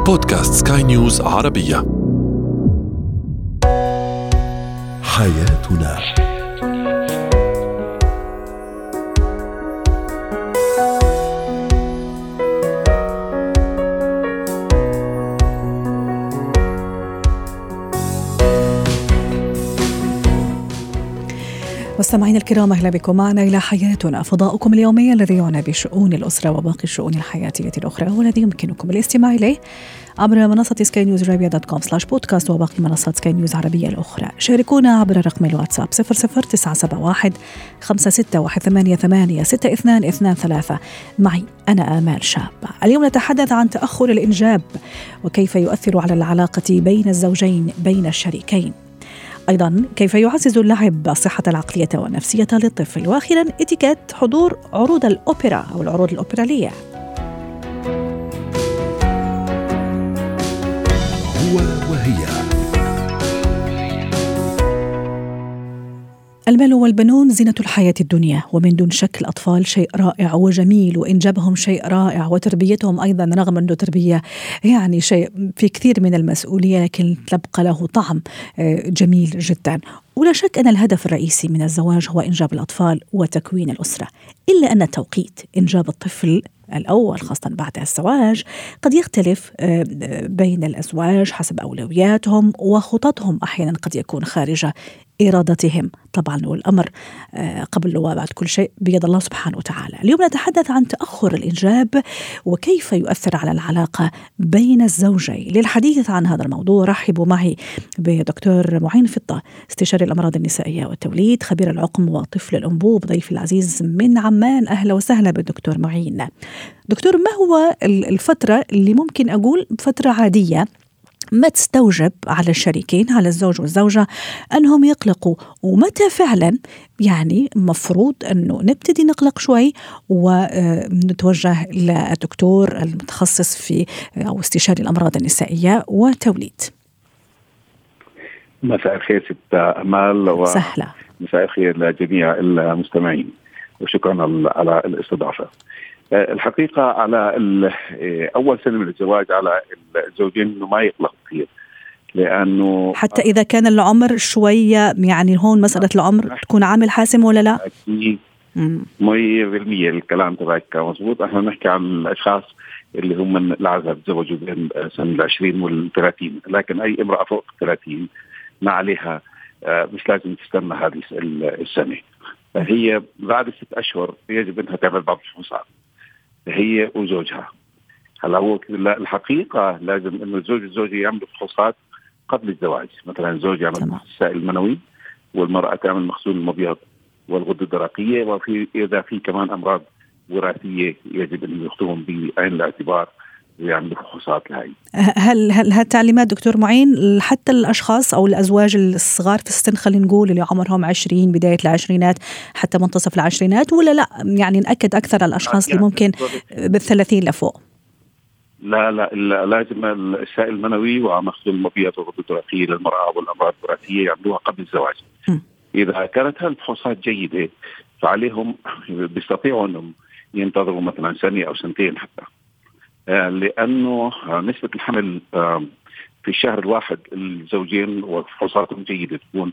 بودكاست سكاي نيوز عربية. حياتنا. مستمعين الكرام، أهلا بكم معنا إلى حياتنا، فضاؤكم اليومي الذي يعنى بشؤون الأسرة وباقي الشؤون الحياتية الأخرى، والذي يمكنكم الاستماع إليه عبر منصة skynewsarabia.com/podcast وباقي منصات سكاي نيوز عربية الأخرى. شاركونا عبر رقم الواتساب 00971 561 6223. معي أنا آمال شاب. اليوم نتحدث عن تأخر الإنجاب وكيف يؤثر على العلاقة بين الزوجين بين الشريكين، أيضا كيف يعزز اللعب الصحة العقلية والنفسية للطفل، وأخيرا اتيكيت حضور عروض الأوبرا أو العروض الأوبرالية. هو وهي. المال والبنون زينة الحياة الدنيا، ومن دون شك الأطفال شيء رائع وجميل، وإنجابهم شيء رائع، وتربيتهم أيضا رغم أنه تربية يعني شيء في كثير من المسؤولية، لكن تبقى له طعم جميل جدا. ولا شك أن الهدف الرئيسي من الزواج هو إنجاب الأطفال وتكوين الأسرة، إلا أن توقيت إنجاب الطفل الأول خاصة بعد الزواج قد يختلف بين الأزواج حسب أولوياتهم وخططهم، أحيانا قد يكون خارج إرادتهم طبعا، والأمر قبل وبعد كل شيء بيد الله سبحانه وتعالى. اليوم نتحدث عن تأخر الإنجاب وكيف يؤثر على العلاقة بين الزوجين. للحديث عن هذا الموضوع رحبوا معي بدكتور معين فضة، استشاري الأمراض النسائية والتوليد، خبير العقم وطفل الأنبوب، ضيف العزيز من عمان. أهلا وسهلا بالدكتور معين. دكتور، ما هو الفترة اللي ممكن أقول فترة عادية ما تستوجب على الشريكين، على الزوج والزوجة، أنهم يقلقوا، ومتى فعلا يعني مفروض أنه نبتدي نقلق شوي ونتوجه للدكتور المتخصص في أو استشاري الأمراض النسائية والتوليد؟ مساء الخير ست أمال، وسهلا مساء الخير لجميع المستمعين، وشكرا على الاستضافة. الحقيقة على أول سنة من الزواج على الزوجين إنه ما يقلقوا كثير، لأنه حتى إذا كان العمر شوية، يعني هون مسألة العمر تكون عامل حاسم ولا لا؟ أكيد 100% الكلام تبعك مظبوط. احنا نحكي عن الأشخاص اللي هم الأعزاب تزوجوا بين سن 20 و30، لكن أي امرأة فوق 30 ما عليها مش لازم تستنى هذه السنة. فهي بعد 6 أشهر يجب أنها تعمل بعض الفحوصات هي وزوجها. هلا هو الحقيقة لازم إنه الزوجة يعملوا فحوصات قبل الزواج، مثلا الزوج يعمل السائل المنوي، والمرأة تعمل مخزون المبيض والغدة الدرقية، وفي إذا في كمان أمراض وراثية يجب أن يأخذوهم بعين الاعتبار ويعملوا فحوصات لهي. هل هالتعليمات دكتور معين حتى الأشخاص أو الأزواج الصغار في السن، خلينا نقول اللي عمرهم 20 بداية العشرينات حتى منتصف العشرينات، ولا لا يعني نأكد أكثر الأشخاص اللي ممكن بال30 لفوق؟ لا لازم السائل المنوي ومخزون المبيض والغدة الدرقية للمرأة والأمراض الوراثية يعملوها قبل الزواج. إذا كانت هالفحوصات جيدة فعليهم بيستطيعوا أنهم ينتظروا مثلا سنة أو سنتين حتى، لأنه نسبة الحمل في الشهر الواحد الزوجين وفحوصاتهم جيدة تكون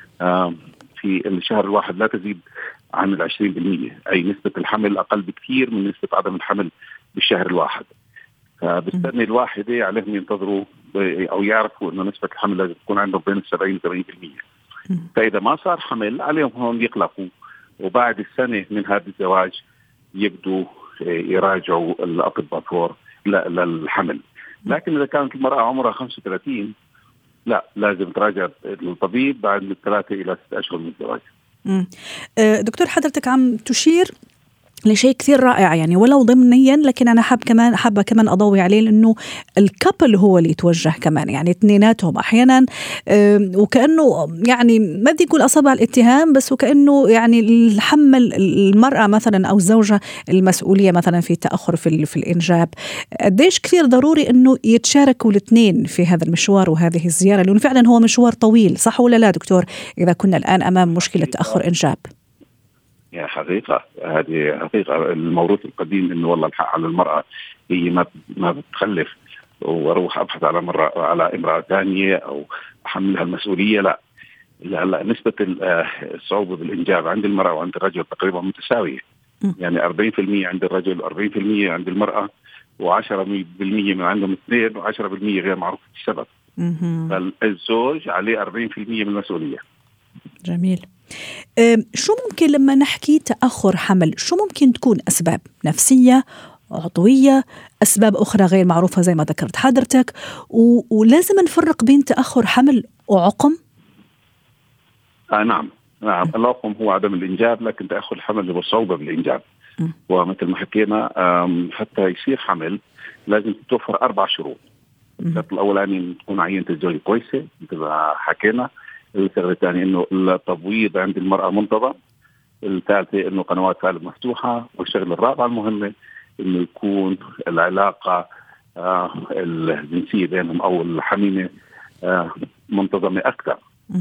في الشهر الواحد لا تزيد عن 20%، أي نسبة الحمل أقل بكثير من نسبة عدم الحمل بالشهر الواحد. فبالسنة الواحدة عليهم ينتظروا أو يعرفوا أنه نسبة الحمل لازم تكون عندهم بين 70 و 80%. فإذا ما صار حمل عليهم هم يقلقوا، وبعد السنة من هذا الزواج يبدوا يراجعوا الأطباء فور للحمل. لكن إذا كانت المرأة عمرها 35 لا، لازم تراجع الطبيب بعد من 3 إلى 6 أشهر من الزواج. دكتور، حضرتك عم تشير لشيء كثير رائع يعني ولو ضمنيا، لكن أنا حابة كمان أضوي عليه، لأنه الكابل هو اللي يتوجه كمان، يعني اثنيناتهم أحيانا وكأنه يعني ما بدي أقول أصابع الاتهام، بس وكأنه يعني الحمل المرأة مثلا أو الزوجة المسؤولية مثلا في تأخر في الإنجاب. قديش كثير ضروري أنه يتشاركوا الاثنين في هذا المشوار وهذه الزيارة، لأنه فعلا هو مشوار طويل، صح ولا لا دكتور؟ إذا كنا الآن أمام مشكلة تأخر إنجاب. يا حقيقة، هذه حقيقة. الموروث القديم إنه والله الحق على المرأة، هي ما بتخلف واروح ابحث على امراه ثانيه او احملها المسؤوليه. لا، هلا نسبه الصعوبه بالانجاب عند المراه وعند الرجل تقريبا متساويه، يعني 40% عند الرجل و40% عند المراه، و10% من عندهم اثنين و10% غير معروف السبب. فالزوج عليه 40% من المسؤوليه. جميل. شو ممكن لما نحكي تأخر حمل، شو ممكن تكون أسباب نفسية، عضوية، أسباب أخرى غير معروفة زي ما ذكرت حضرتك، ولازم نفرق بين تأخر حمل وعقم؟ نعم، العقم هو عدم الإنجاب، لكن تأخر الحمل هو صعوبة بالإنجاب. ومثل ما حكينا حتى يصير حمل لازم تتوفر 4 شروط. الشرط الأولاني تكون عينة الزوج كويسة مثل ما حكينا. الشغلة الثانية إنه التبويض عند المرأة منتظم. الثالثة إنه قنوات فالب مفتوحة. والشغلة الرابعة المهمة إنه يكون العلاقة الجنسية بينهم أو الحميمة منتظمة أكثر.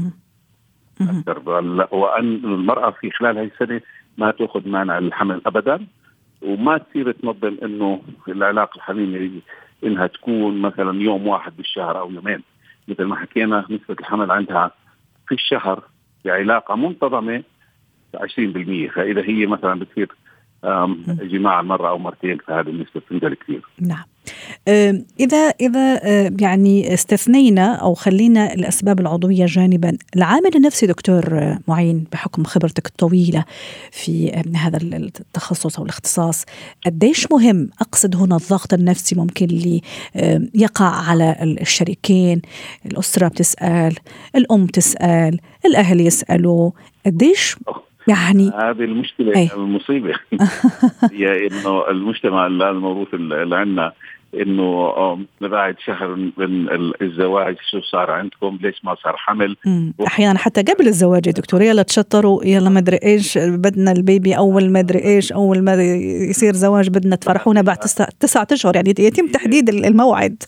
وأن المرأة في خلال هذه السنة ما تأخذ مانع الحمل أبدا، وما تصير تنظم إنه العلاقة الحميمة إنها تكون مثلا يوم واحد بالشهر أو يومين. مثل ما حكينا نسبة الحمل عندها في الشهر بعلاقة منتظمة 20%. فإذا هي مثلا بتصير جماعة مرة أو مرتين فهذه النسبة تنزل كثير. نعم. إذا يعني استثنينا أو خلينا الأسباب العضوية جانبا، العامل النفسي دكتور معين بحكم خبرتك الطويلة في هذا التخصص أو الاختصاص، قديش مهم؟ أقصد هنا الضغط النفسي ممكن اللي يقع على الشريكين، الأسرة بتسأل، الأم تسأل، الأهل يسألوا، قديش يعني هذه المشكلة المصيبة هي إنه المجتمع الموروث اللي عندنا إنه بعد شهر من الزواج شو صار عندكم، ليش ما صار حمل. أحيانا حتى قبل الزواج يا دكتور يلا تشطروا، يلا ما أدري إيش بدنا البيبي أول ما أدري إيش، أول ما يصير زواج بدنا تفرحونا بعد 9 أشهر، يعني يتم تحديد الموعد.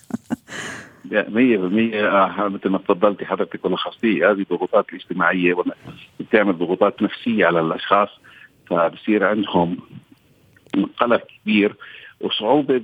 100% مثل ما تفضلتي حضرتك ولخصتي. هذه الضغوطات الاجتماعية بتعمل ضغوطات نفسية على الأشخاص، فبصير عندهم قلق كبير وصعوبة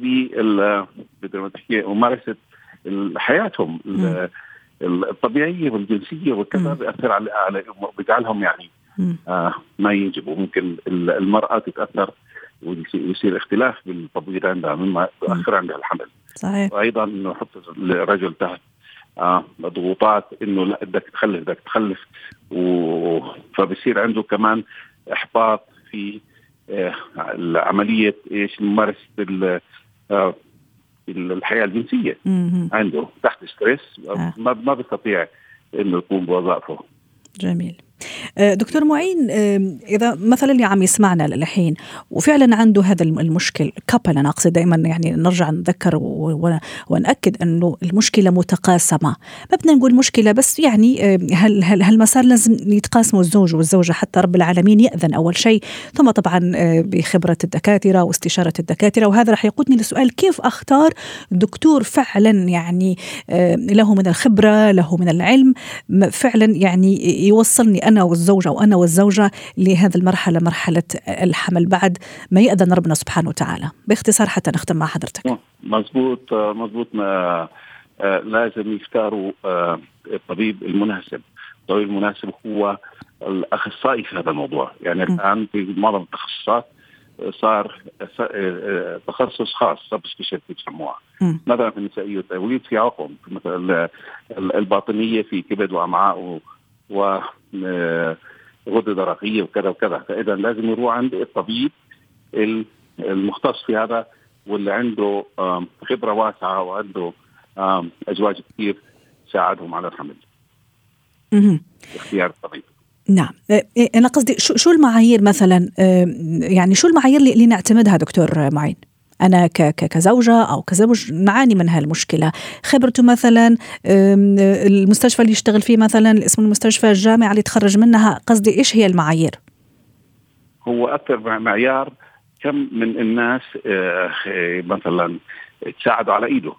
بممارسة حياتهم الطبيعية والجنسية وكذا. بيأثر على بيجعلهم يعني ما ينجبوا. ممكن المرأة تتأثر ويصير اختلاف بالتبويض عندها مما يؤثر عندها الحمل. صحيح. وأيضا إنه يحط الرجل تحت ضغوطات إنه لا بدك تخلف فبصير عنده كمان إحباط في عملية ممارسة الحياة الجنسية. عنده تحت ستريس ما بيستطيع إنه يقوم بوظائفه. جميل. دكتور معين، إذا مثلا اللي عم يسمعنا للحين وفعلا عنده هذا المشكل كابل، أنا أقصد دائما يعني نرجع نذكر ونأكد أنه المشكلة متقاسمة، ما بدنا نقول مشكلة بس يعني هالمسار لازم يتقاسموا الزوج والزوجة حتى رب العالمين يأذن أول شيء، ثم طبعا بخبرة الدكاترة واستشارة الدكاترة. وهذا رح يقودني لسؤال: كيف أختار دكتور فعلا يعني له من الخبرة، له من العلم، فعلا يعني يوصلني أنا والزوجة وأنا والزوجة لهذه المرحلة، مرحلة الحمل بعد ما يأذن ربنا سبحانه وتعالى؟ باختصار حتى نختم مع حضرتك. مزبوط. لازم يختاروا الطبيب المناسب. الطبيب المناسب هو الأخصائي في هذا الموضوع. يعني الآن في معظم التخصصات صار تخصص خاص سبسبيشاليتي بيسموها. مثلا في النسائية والتوليد في عقم، مثلا الباطنية في كبد وأمعاء وغدة درقية وكذا وكذا. فإذا لازم يروح عند الطبيب المختص في هذا واللي عنده خبرة واسعة وعنده أزواج كثير ساعدهم على الحمل. اختيار الطبيب. نعم. أنا قصدي شو المعايير مثلا، يعني شو المعايير اللي نعتمدها دكتور معين؟ أنا كزوجة أو كزوج نعاني من هالمشكلة، خبرته مثلا المستشفى اللي يشتغل فيه مثلا اسم المستشفى، الجامعة اللي تخرج منها، قصدي إيش هي المعايير؟ هو أكثر معيار كم من الناس مثلا تساعدوا على إيده.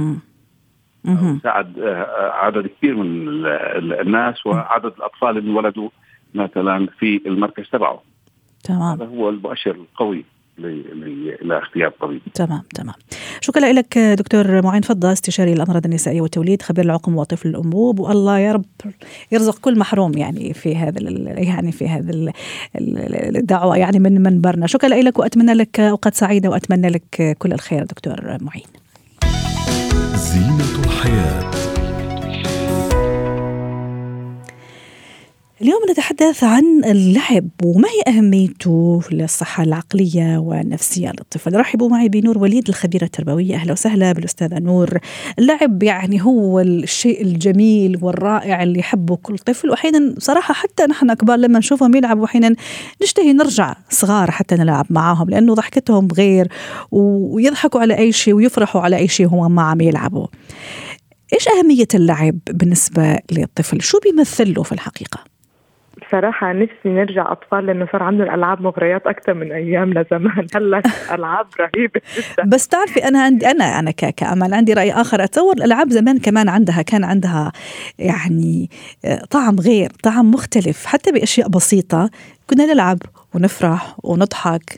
ساعد عدد كبير من الناس وعدد الأطفال اللي ولدوا مثلا في المركز تبعه. تمام. هذا هو المؤشر القوي لاختيار طبيب. تمام. شكرا لك دكتور معين فضة، استشاري الأمراض النسائية والتوليد، خبير العقم وطفل الأنبوب. والله يا رب يرزق كل محروم يعني في هذا الدعوة يعني من منبرنا. شكرا لك وأتمنى لك أوقات سعيدة وأتمنى لك كل الخير دكتور معين. زينة الحياة. اليوم نتحدث عن اللعب وما هي أهميته للصحة العقلية والنفسية للطفل. رحبوا معي بنور وليد الخبيرة التربوية. أهلا وسهلا بالأستاذة نور. اللعب يعني هو الشيء الجميل والرائع اللي يحبه كل طفل، وأحيانا صراحة حتى نحن كبار لما نشوفهم يلعبوا أحيانا نشتهي نرجع صغار حتى نلعب معهم، لأنه ضحكتهم غير ويضحكوا على أي شيء ويفرحوا على أي شيء هم ما عم يلعبوا. إيش أهمية اللعب بالنسبة للطفل؟ شو بيمثل له في الحقيقة؟ بصراحة نفسي نرجع أطفال، لأنه صار عندنا الألعاب مغريات أكثر من أيامنا زمان. هلا ألعاب رهيبة جدا. بس تعرفي أنا كأمل عندي رأي آخر. أتصور الألعاب زمان كمان كان عندها يعني طعم غير، طعم مختلف، حتى بأشياء بسيطة كنا نلعب ونفرح ونضحك.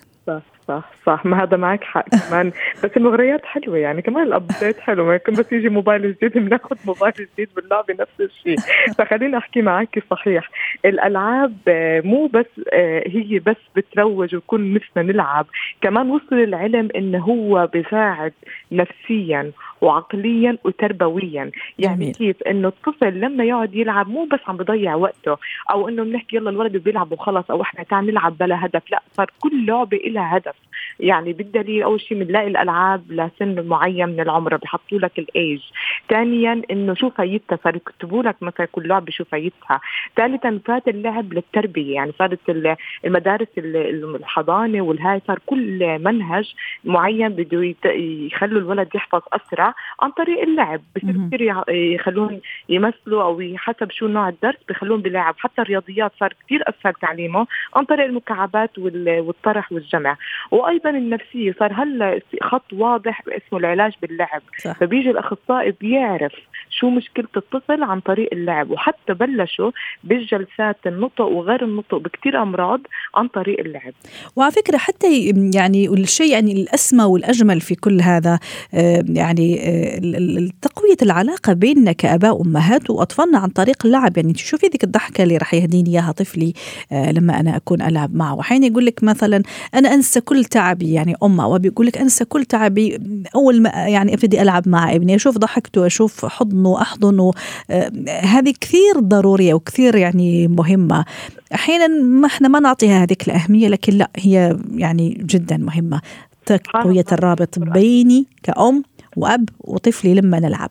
صح ما هذا معك حق كمان. بس المغريات حلوة يعني، كمان الأبديت حلو، ما يكون بس يجي موبايل جديد بناخد موبايل جديد باللعبة نفس الشيء. فخلينا أحكي معك صحيح، الألعاب مو بس هي بس بتروج وكل مثلنا نلعب، كمان وصل العلم إنه هو بيساعد نفسيا وعقليا وتربويا. يعني جميل. كيف إنه الطفل لما يقعد يلعب مو بس عم بضيع وقته، أو إنه بنحكي يلا الولد بيلعب وخلص، أو إحنا تعال نلعب بلا هدف. لا، صار كل لعبة إلها هدف. يعني بالدليل أول شيء بنلاقي الألعاب لسن معين من العمر بيحطوا لك الإيج. ثانيا إنه شو فايدتها، صار يكتبوا لك مثلا كل لعبة شو فايدتها. ثالثا فات اللعب للتربية، يعني صارت المدارس الحضانة والهاي صار كل منهج معين بده يخلوا الولد يحفظ أسرع عن طريق اللعب. بصير يخلون يمثلوا أو حسب شو نوع الدرس بيخلون بلعب. حتى الرياضيات صار كتير أسهل تعليمه عن طريق المكعبات والطرح والجمع. وأيضا النفسية صار هلا خط واضح اسمه العلاج باللعب. صح. فبيجي الأخصائي بيعرف شو مشكلة الطفل عن طريق اللعب، وحتى بلشوا بالجلسات النطق وغير النطق بكتير أمراض عن طريق اللعب. وعلى فكرة حتى يعني الشيء يعني الأسمى والأجمل في كل هذا يعني تقوية العلاقة بيننا كأباء وأمهات وأطفالنا عن طريق اللعب. يعني شوفي ذيك الضحكة اللي رح يهديني إياها طفلي لما أنا أكون ألعب معه. وحين يقول لك مثلا أنا أنسى كل تعبي، يعني أمه وبيقول لك أنسى كل تعبي أول ما يعني أبتدي ألعب مع ابني، أشوف ضحكته، أشوف حضنه، أحضنه. هذه كثير ضرورية وكثير يعني مهمة. أحيانا ما إحنا ما نعطيها هذيك الأهمية، لكن لا، هي يعني جدا مهمة. تقوية الرابط بيني كأم وأب وطفلي لما نلعب.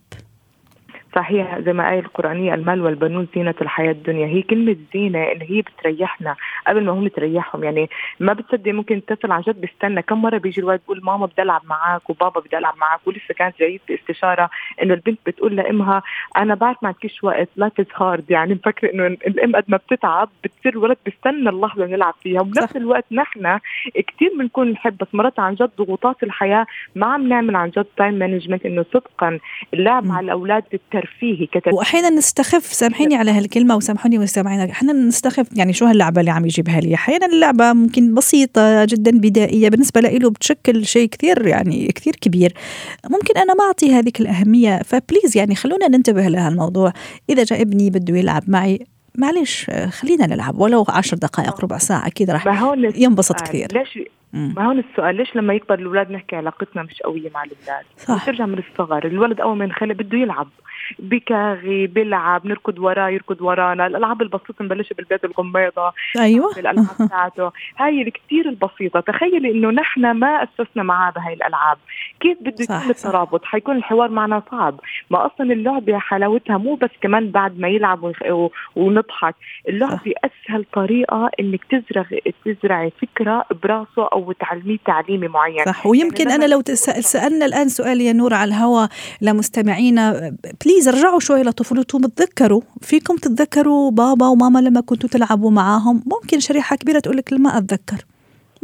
صحيح، زي ما آية القرآنية المال والبنون زينة الحياة الدنيا. هي كلمة زينة اللي هي بتريحنا قبل ما هم تريحهم. يعني ما بتصدق ممكن الطفل عن جد بيستنى كم مرة بيجي الوالد بيقول ماما بدي ألعب معك وبابا بدي ألعب معك. ولسه كانت جاية في استشارة إنه البنت بتقول لأمها أنا بعرف ما عندكيش وقت، لايف إز هارد. يعني مفكر إنه الأم قد ما بتتعب بتصير الولد بيستنى اللحظة نلعب فيها. وبنفس الوقت نحن كتير بنكون نحب، بس مرات عن جد ضغوطات الحياة ما عم نعمل عن جد تايم مانجمنت إنه صدقا اللعب مع الأولاد فيه وأحيانا نستخف، سامحيني على هالكلمة وسامحوني مستمعينا، أحيانا نستخف يعني شو هاللعبة اللي عم يجيبها لي. أحيانا اللعبة ممكن بسيطة جدا بدائية، بالنسبة له بتشكل شيء كثير يعني كثير كبير. ممكن أنا ما أعطي هذيك الأهمية. فبليز يعني خلونا ننتبه لها الموضوع. إذا جاء ابني بده يلعب معي معلش خلينا نلعب ولو 10 دقائق ربع ساعة أكيد راح ينبسط كثير. ما هون السؤال، ليش لما يكبر الأولاد نحكي علاقتنا مش قوية مع الأولاد؟ بترجع من الصغر. الولد أول ما ينخلق بده يلعب، بكاغي بيلعب، نركض وراه يركض ورانا. الألعاب البسيطة نبلش بالبيت الغميضة. أيوة الألعاب بتاعته هاي الكتير البسيطة. تخيلي إنه نحن ما أسسنا معاه بهاي الألعاب، كيف بده يكون الترابط؟ حيكون الحوار معنا صعب. ما أصلا اللعبة حلاوتها مو بس كمان بعد ما يلعب ونضحك. اللعبة أسهل طريقة إنك تزرعي فكرة براسه أو تعلميه تعليمي معين. صح. ويمكن يعني أنا لو سألنا الآن سؤال يا نور على الهواء لمستمعينا، بليز ارجعوا شوي لطفولتكم، تذكروا فيكم تتذكروا بابا وماما لما كنتوا تلعبوا معاهم. ممكن شريحة كبيرة تقول لك ما أتذكر، ممكن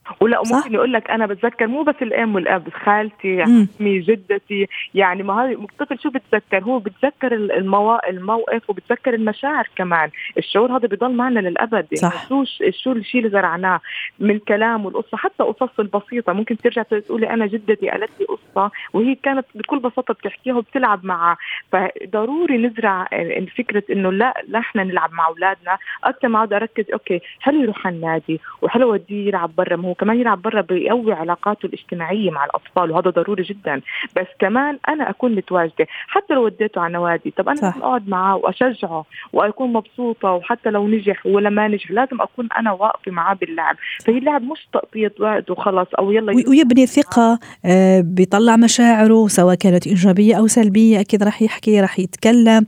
ولا ممكن يقول لك أنا بتذكر مو بس الأم والأب، خالتي، عمي، جدتي. يعني ما هذا الطفل شو بتذكر؟ هو بتذكر الموقف وبتذكر المشاعر كمان. الشعور هذا بيضل معنا للأبد. يعني شو الشيء اللي زرعناه من كلام والقصة، حتى قصص البسيطة. ممكن ترجع تقولي أنا جدتي قالت لي قصة وهي كانت بكل بساطة بتحكيها وبتلعب معها. فضروري نزرع الفكرة إنه لا احنا نلعب مع أولادنا أكثر ما عاد أركز أوكي حلو يروح النادي وحلو وديه يلعب برا. ما هو كمان يلعب برا بيقوي علاقاته الاجتماعية مع الأطفال، وهذا ضروري جدا. بس كمان أنا أكون متواجدة حتى لو وديته على نوادي. طب أنا لازم أقعد معه وأشجعه وأكون مبسوطة، وحتى لو نجح ولا ما نجح لازم أكون أنا واقفة معه باللعب. فهي اللعب مش تقضية وقت وخلاص أو يلا ويبني ثقة، بيطلع مشاعره سواء كانت إيجابية أو سلبية. أكيد رح يحكي، رح يتكلم.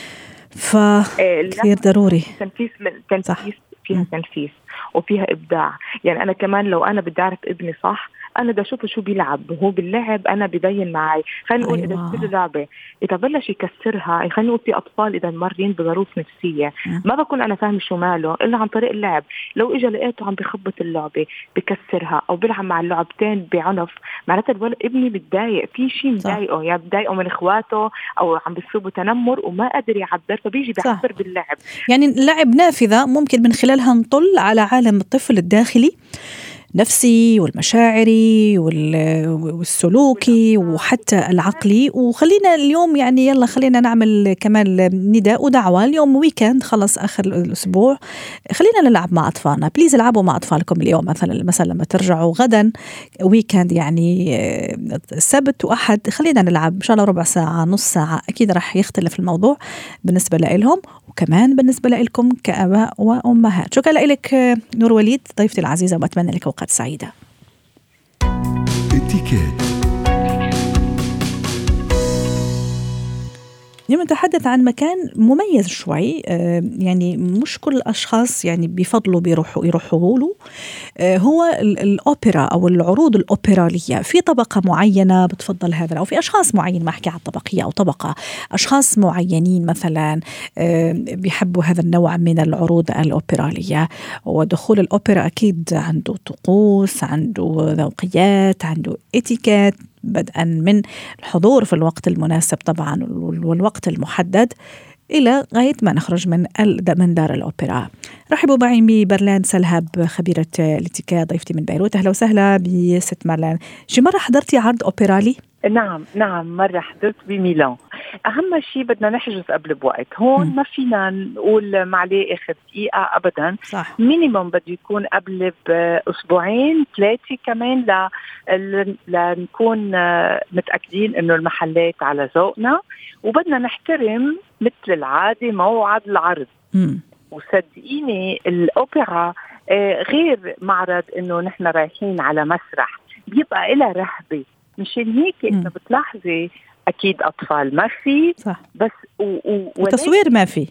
فكثير ضروري. تنفيس فيها تنفيس وفيها إبداع. يعني أنا كمان لو أنا بدي أعرف ابني صح، أنا بدي أشوفه شو بيلعب، وهو باللعب أنا ببين معي. خلينا نقول إذا تصير لعبة إذا بلش يكسرها، خلينا نقول في أطفال إذا مارين بظروف نفسية ما بكون أنا فاهم شو ماله إلا عن طريق اللعب. لو إجا لقيته عم بخبط اللعبة بكسرها أو بيلعب مع اللعبتين بعنف، معناتها ابني متضايق، في شيء مضايقه، يا بضايقه من إخواته أو عم بيصيبوا تنمر وما قادر يعبر، فبيجي بيعبر باللعب. يعني اللعب نافذة ممكن من خلالها نطل على عالم الطفل الداخلي نفسي والمشاعري والسلوكي وحتى العقلي. وخلينا اليوم يعني يلا خلينا نعمل كمان نداء ودعوة. اليوم ويكند خلص آخر الأسبوع، خلينا نلعب مع أطفالنا. بليز العبوا مع أطفالكم اليوم. مثلا لما ترجعوا غدا ويكند يعني سبت وأحد، خلينا نلعب إن شاء الله ربع ساعة نص ساعة. أكيد رح يختلف الموضوع بالنسبة لهم وكمان بالنسبة لكم كأباء وأمهات. شكرا لك نور وليد ضيفتي العزيزة، وأتمنى لك أوقات سعيدة. اليوم نتحدث عن مكان مميز شوي، يعني مش كل الأشخاص يعني بيفضلوا يروحوا له. هو الأوبرا أو العروض الأوبرالية. في طبقة معينة بتفضل هذا، أو في أشخاص معين، ما أحكي عن طبقية أو طبقة، أشخاص معينين مثلا بيحبوا هذا النوع من العروض الأوبرالية. ودخول الأوبرا أكيد عنده طقوس، عنده ذوقيات، عنده إتيكيت، بدءا من الحضور في الوقت المناسب طبعا والوقت المحدد إلى غاية ما نخرج من دار الأوبرا. رحبوا معي ببرلان سلهب خبيرة الاتيكيت ضيفتي من بيروت. أهلا وسهلا بست مرلان. شي مرة حضرتي عرض أوبرالي؟ نعم مرة حضرت بميلان. أهم شيء بدنا نحجز قبل بوقت. هون ما فينا نقول معليه آخر دقيقة أبدا. صح. مينيموم بده يكون قبل بأسبوعين 3 كمان لنكون متأكدين إنه المحلات على ذوقنا، وبدنا نحترم مثل العادة موعد العرض. وصدقيني الأوبرا غير معرض إنه نحن رايحين على مسرح، بيبقى إلها رهبة. مشان هيك إنه بتلاحظي أكيد أطفال ما في. صح. بس وتصوير ما في.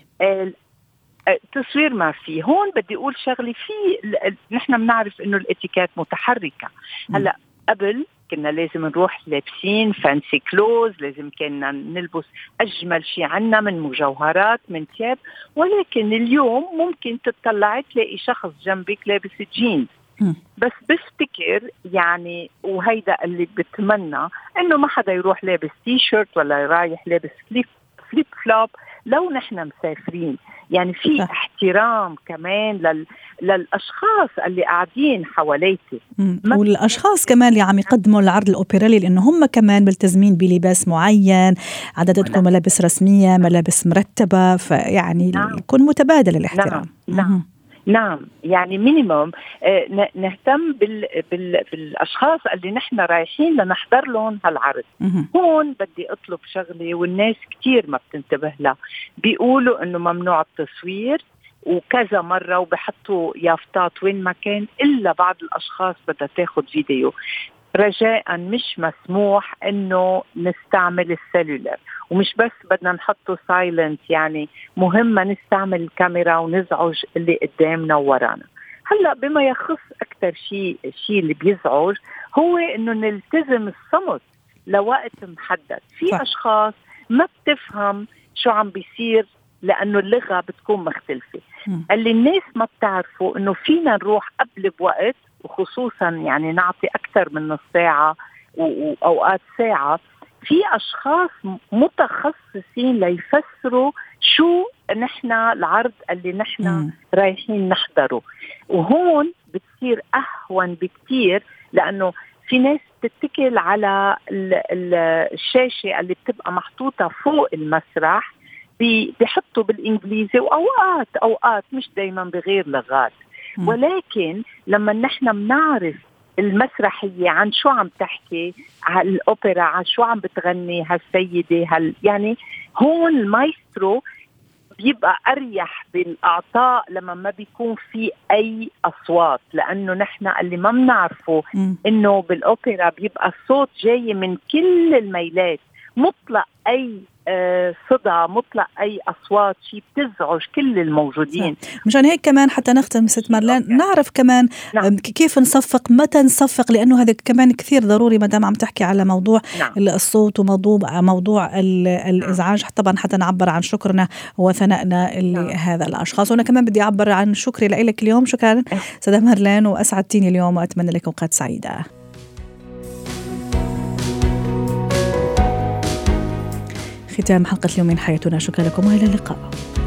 تصوير ما في. هون بدي أقول شغلي في نحن بنعرف إنه الاتيكيت متحركة. هلأ قبل كنا لازم نروح لابسين فانسي كلوز، لازم كنا نلبس أجمل شيء عنا من مجوهرات من ثياب، ولكن اليوم ممكن تطلعي تلاقي شخص جنبك لابس جينز. بس بفتكر يعني وهيدا اللي بتمنى إنه ما حدا يروح لابس تي شيرت ولا رايح لابس فليب فلوب لو نحن مسافرين. يعني في احترام كمان للأشخاص اللي قاعدين حواليتي، والأشخاص كمان اللي عم يقدموا العرض الأوبرالي، لأنه هم كمان ملتزمين بلباس معين، عدد تكون ملابس رسمية، ملابس مرتبة، فيعني يكون متبادل الاحترام. نعم يعني مينيموم نهتم بالأشخاص اللي نحن رايحين لنحضر لهم هالعرض. هون بدي أطلب شغلي والناس كتير ما بتنتبه لها، بيقولوا إنه ممنوع التصوير وكذا مرة وبحطوا يافتات وين ما كان، إلا بعض الأشخاص بدها تاخد فيديو. رجاء مش مسموح إنه نستعمل السيلولر، ومش بس بدنا نحطه سايلنت، يعني مهمة نستعمل الكاميرا ونزعج اللي قدامنا وورانا. هلأ بما يخص أكتر شيء اللي بيزعج هو إنه نلتزم الصمت لوقت محدد. في أشخاص ما بتفهم شو عم بيصير لأنه اللغة بتكون مختلفة. اللي الناس ما بتعرفوا إنه فينا نروح قبل بوقت وخصوصا يعني نعطي أكثر من نص ساعة وأوقات ساعة، في أشخاص متخصصين ليفسروا شو نحن العرض اللي نحن رايحين نحضره. وهون بتصير أهون بكتير، لأنه في ناس تتكل على الشاشة اللي بتبقى محطوطة فوق المسرح، بيحطوا بالإنجليزي وأوقات مش دايما بغير لغات. ولكن لما نحن بنعرف المسرحية عن شو عم تحكي، على الأوبرا عن شو عم بتغني هالسيدة يعني هون المايسترو بيبقى أريح بالأعطاء لما ما بيكون في أي أصوات، لأنه نحن اللي ما بنعرفه إنه بالأوبرا بيبقى الصوت جاي من كل الميلات، مطلق أي صدى، مطلق أي أصوات شيء بتزعج كل الموجودين. مشان هيك كمان حتى نختم ست مارلين نعرف كمان كيف نصفق، متى نصفق، لأنه هذا كمان كثير ضروري مدام عم تحكي على موضوع الصوت وموضوع الإزعاج. طبعا حتى نعبر عن شكرنا وثنائنا لهذا الأشخاص. وأنا كمان بدي أعبر عن شكري لك اليوم. شكرا سيدة مارلين، وأسعدتيني اليوم وأتمنى لك أوقات سعيدة. ختام حلقة اليوم من حياتنا. شكرا لكم وإلى اللقاء.